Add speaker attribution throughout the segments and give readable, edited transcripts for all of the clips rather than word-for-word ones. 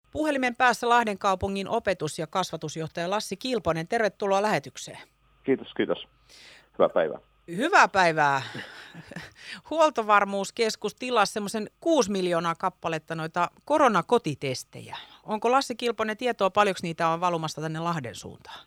Speaker 1: Puhelimen päässä Lahden kaupungin opetus- ja kasvatusjohtaja Lassi Kilponen. Tervetuloa lähetykseen.
Speaker 2: Kiitos, kiitos. Hyvää päivää.
Speaker 1: Hyvää päivää. Huoltovarmuuskeskus tilasi semmoisen 6 miljoonaa kappaletta noita koronakotitestejä. Onko Lassi Kilponen tietoa, paljonko niitä on valumassa tänne Lahden suuntaan?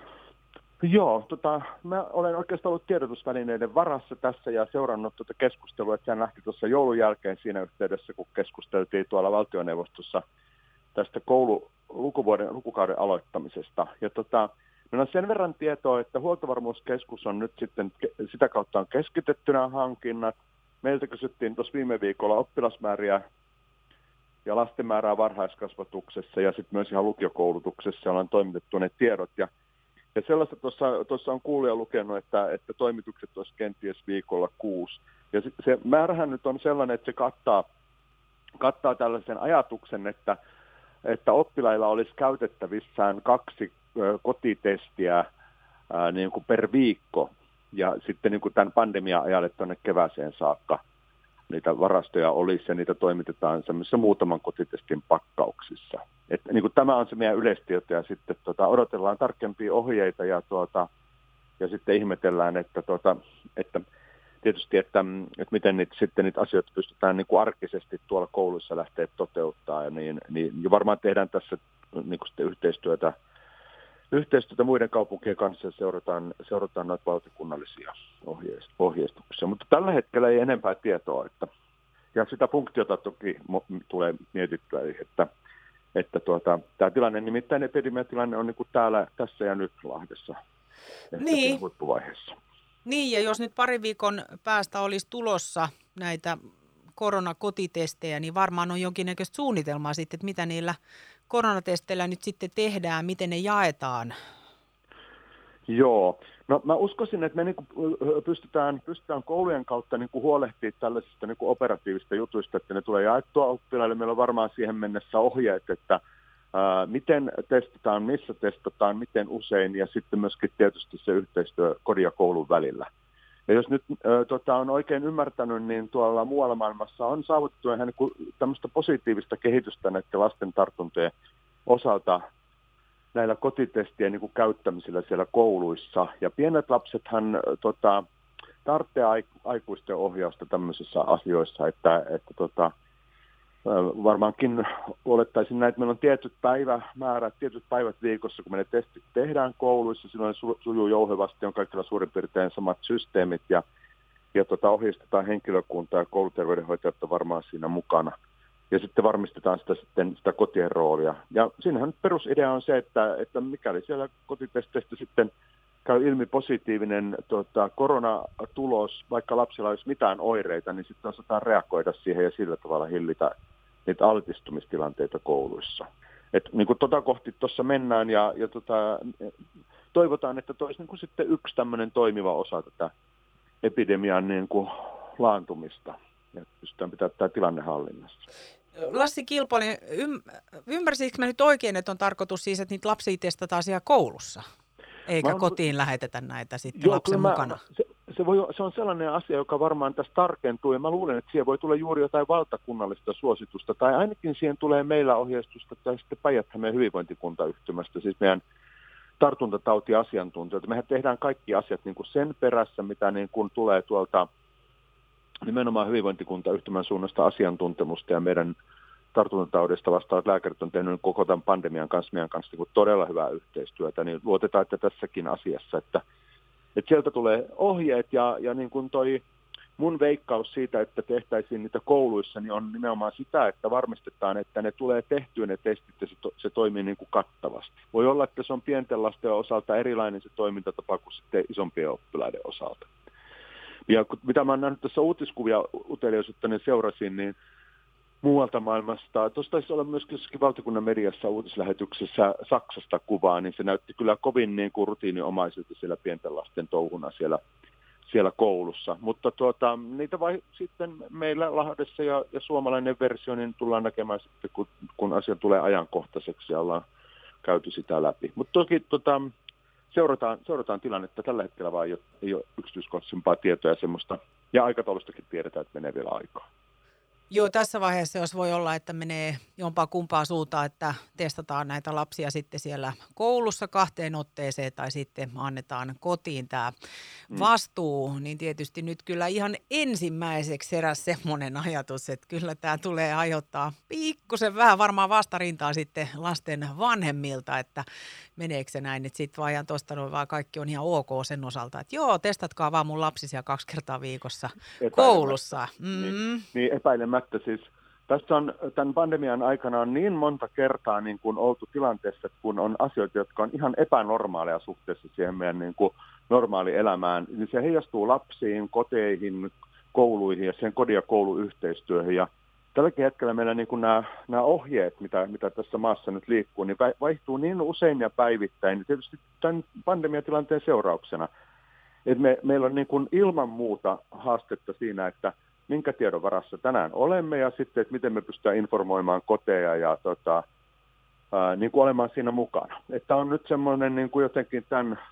Speaker 2: Joo, mä olen oikeastaan ollut tiedotusvälineiden varassa tässä ja seurannut tuota keskustelua, että sehän lähti tuossa joulun jälkeen siinä yhteydessä, kun keskusteltiin tuolla valtioneuvostossa tästä lukukauden aloittamisesta. Ja meillä on sen verran tietoa, että Huoltovarmuuskeskus on nyt sitten, sitä kautta on keskitettynä hankinnat. Meiltä kysyttiin tuossa viime viikolla oppilasmääriä ja lasten määrää varhaiskasvatuksessa ja sitten myös ihan lukiokoulutuksessa ollaan toimitettu ne tiedot. Ja sellaista tuossa on kuulija lukenut, että toimitukset olisi kenties viikolla 6. Ja se määrähän nyt on sellainen, että se kattaa tällaisen ajatuksen, että oppilailla olisi käytettävissään 2 kotitestiä niin kuin per viikko. Ja sitten niin kuin tämän pandemia-ajalle tuonne kevääseen saakka niitä varastoja olisi ja niitä toimitetaan semmoisissa muutaman kotitestin pakkauksissa. Että niin kuin tämä on se meidän yleistieto ja sitten odotellaan tarkempia ohjeita ja sitten ihmetellään, että tietysti, että miten niitä asioita pystytään niin kuin arkisesti tuolla kouluissa lähteä toteuttaa ja niin varmaan tehdään tässä niin kuin sitten yhteistyötä muiden kaupunkien kanssa ja seurataan noita valtakunnallisia ohjeistuksia. Mutta tällä hetkellä ei enempää tietoa, ja sitä funktiota toki tulee mietittyä, että tämä tilanne, nimittäin epidemiatilanne on niin kuin täällä, tässä ja nyt Lahdessa
Speaker 1: niin.
Speaker 2: Huippuvaiheessa.
Speaker 1: Niin, ja jos nyt parin viikon päästä olisi tulossa näitä koronakotitestejä, niin varmaan on jonkinnäköistä suunnitelmaa sitten, että mitä niillä koronatesteillä nyt sitten tehdään, miten ne jaetaan.
Speaker 2: Joo. No mä uskoisin, että me niin kuin pystytään koulujen kautta niin kuin huolehtimaan tällaisista niin kuin operatiivista jutuista, että ne tulee jaettua oppilaille. Meillä on varmaan siihen mennessä ohjeet, että miten testataan, missä testataan, miten usein ja sitten myöskin tietysti se yhteistyö kodin ja koulun välillä. Ja jos nyt on oikein ymmärtänyt, niin tuolla muualla maailmassa on saavutettu ihan niin kuin tämmöistä positiivista kehitystä näiden lasten tartuntojen osalta näillä kotitestien niin kuin käyttämisillä siellä kouluissa. Ja pienet lapsethan tarvitsee aikuisten ohjausta tämmöisissä asioissa, että varmaankin olettaisin näin, että meillä on tietyt päivämäärät, tietyt päivät viikossa, kun me ne testit tehdään kouluissa, silloin sujuu jouhevasti, on kaikilla suurin piirtein samat systeemit ja ohjeistetaan henkilökuntaa ja kouluterveydenhoitajat on varmaan siinä mukana. Ja sitten varmistetaan sitä kotien roolia. Ja siinähän perusidea on se, että mikäli siellä kotitesteistä sitten käy ilmi positiivinen koronatulos, vaikka lapsilla olisi mitään oireita, niin sitten osataan reagoida siihen ja sillä tavalla hillitä niitä altistumistilanteita kouluissa. Et niin kuin kohti tuossa mennään ja toivotaan, että olisi niin kuin sitten yksi tämmöinen toimiva osa tätä epidemian niin kuin laantumista. Ja pystytään pitämään tämä tilanne hallinnassa.
Speaker 1: Lassi Kilponen, ymmärsitkö mä nyt oikein, että on tarkoitus siis, että niitä lapsia testataan siellä koulussa? Eikä kotiin lähetetä näitä sitten lapsen mukana?
Speaker 2: Se on sellainen asia, joka varmaan tässä tarkentuu, ja mä luulen, että siihen voi tulla juuri jotain valtakunnallista suositusta, tai ainakin siihen tulee meillä ohjeistusta, tai sitten Päijät-Hämeen hyvinvointikuntayhtymästä, siis meidän tartuntatautiasiantuntijoilta. Mehän tehdään kaikki asiat niin kuin sen perässä, mitä niin kuin tulee tuolta nimenomaan hyvinvointikuntayhtymän suunnasta asiantuntemusta, ja meidän tartuntataudista vastaavat lääkärit on tehnyt koko tämän pandemian kanssa, meidän kanssa niin kuin todella hyvää yhteistyötä, niin luotetaan, että tässäkin asiassa, että sieltä tulee ohjeet, ja niin kuin toi mun veikkaus siitä, että tehtäisiin niitä kouluissa, niin on nimenomaan sitä, että varmistetaan, että ne tulee tehtyä ne testit, ja se toimii niin kuin kattavasti. Voi olla, että se on pienten lasten osalta erilainen se toimintatapa kuin sitten isompien oppilaiden osalta. Ja mitä mä oon nähnyt tässä uutiskuvia uteliaisuutta, niin seurasin, niin muualta maailmasta. Tuossa taisi olla myöskin valtakunnan mediassa uutislähetyksessä Saksasta kuvaa, niin se näytti kyllä kovin niin kuin rutiiniomaisilta siellä pienten lasten touhuna siellä koulussa. Mutta niitä sitten meillä Lahdessa ja suomalainen versio, niin tullaan näkemään sitten, kun asia tulee ajankohtaiseksi ja ollaan käyty sitä läpi. Mutta toki seurataan tilannetta. Tällä hetkellä vaan ei ole yksityiskohtaisempaa tietoa ja semmoista. Ja aikataulustakin tiedetään, että menee vielä aikaa.
Speaker 1: Joo, tässä vaiheessa jos voi olla, että menee jompaa kumpaa suuntaan, että testataan näitä lapsia sitten siellä koulussa 2 otteeseen tai sitten annetaan kotiin tämä vastuu, niin tietysti nyt kyllä ihan ensimmäiseksi heräsi semmoinen ajatus, että kyllä tämä tulee aiheuttaa pikkusen vähän varmaan vastarintaa sitten lasten vanhemmilta, että meneekö se näin, että sitten vaan tuosta noin vaan kaikki on ihan ok sen osalta, että joo, testatkaa vaan mun lapsi siellä 2 kertaa viikossa koulussa.
Speaker 2: Niin epäilemättä siis. Tässä on tämän pandemian aikana on niin monta kertaa niin kuin oltu tilanteessa, että kun on asioita, jotka on ihan epänormaaleja suhteessa siihen meidän niin kuin normaalielämään, niin se heijastuu lapsiin, koteihin, kouluihin ja siihen kodin ja kouluyhteistyöhön. Ja tälläkin hetkellä meillä niin kuin nämä ohjeet, mitä tässä maassa nyt liikkuu, niin vaihtuu niin usein ja päivittäin, tietysti tämän pandemiatilanteen seurauksena. Et meillä on niin kuin ilman muuta haastetta siinä, että minkä tiedon varassa tänään olemme ja sitten, että miten me pystytään informoimaan koteja ja niin kuin olemaan siinä mukana. Että on nyt semmoinen niin kuin jotenkin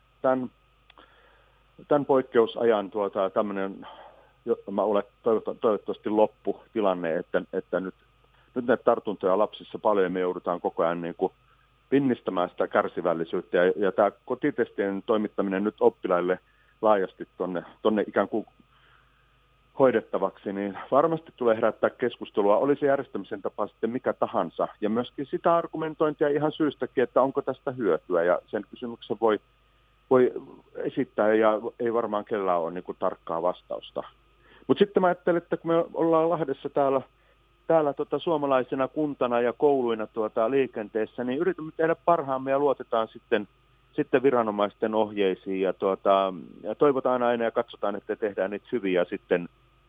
Speaker 2: tämän poikkeusajan tämmöinen, mä olen toivottavasti lopputilanne, että nyt näitä tartuntoja lapsissa paljon ja me joudutaan koko ajan niin kuin pinnistämään sitä kärsivällisyyttä ja tämä kotitestien toimittaminen nyt oppilaille laajasti tonne ikään kuin hoidettavaksi, niin varmasti tulee herättää keskustelua, oli se järjestämisen tapa sitten mikä tahansa, ja myöskin sitä argumentointia ihan syystäkin, että onko tästä hyötyä, ja sen kysymyksen voi esittää, ja ei varmaan kellään ole niin kuin tarkkaa vastausta. Mutta sitten mä ajattelen, että kun me ollaan Lahdessa täällä suomalaisena kuntana ja kouluina liikenteessä, niin yritämme tehdä parhaamme ja luotetaan sitten viranomaisten ohjeisiin ja toivotaan aina ja katsotaan, että tehdään niitä hyvin ja sitten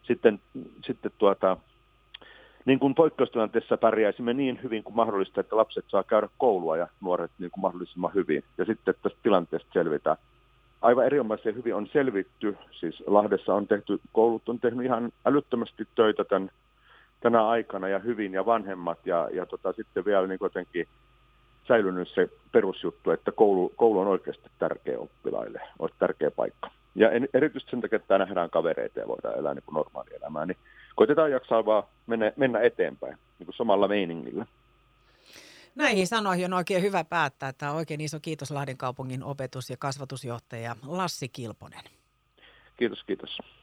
Speaker 2: niin kuin poikkeustilanteessa pärjäisimme niin hyvin kuin mahdollista, että lapset saa käydä koulua ja nuoret niin kuin mahdollisimman hyvin ja sitten tästä tilanteesta selvitään. Aivan erinomaisen hyvin on selvitty, siis Lahdessa koulut on tehnyt ihan älyttömästi töitä tänä aikana ja hyvin ja vanhemmat ja sitten vielä niin jotenkin säilynyt se perusjuttu, että koulu on oikeasti tärkeä oppilaille, olisi tärkeä paikka. Ja erityisesti sen takia, että nähdään kavereita ja voidaan elää niin kuin normaalielämää, niin koitetaan jaksaa vaan mennä eteenpäin niin kuin samalla meiningillä.
Speaker 1: Näihin sanoihin on oikein hyvä päättää, että oikein iso kiitos Lahden kaupungin opetus- ja kasvatusjohtaja Lassi Kilponen.
Speaker 2: Kiitos.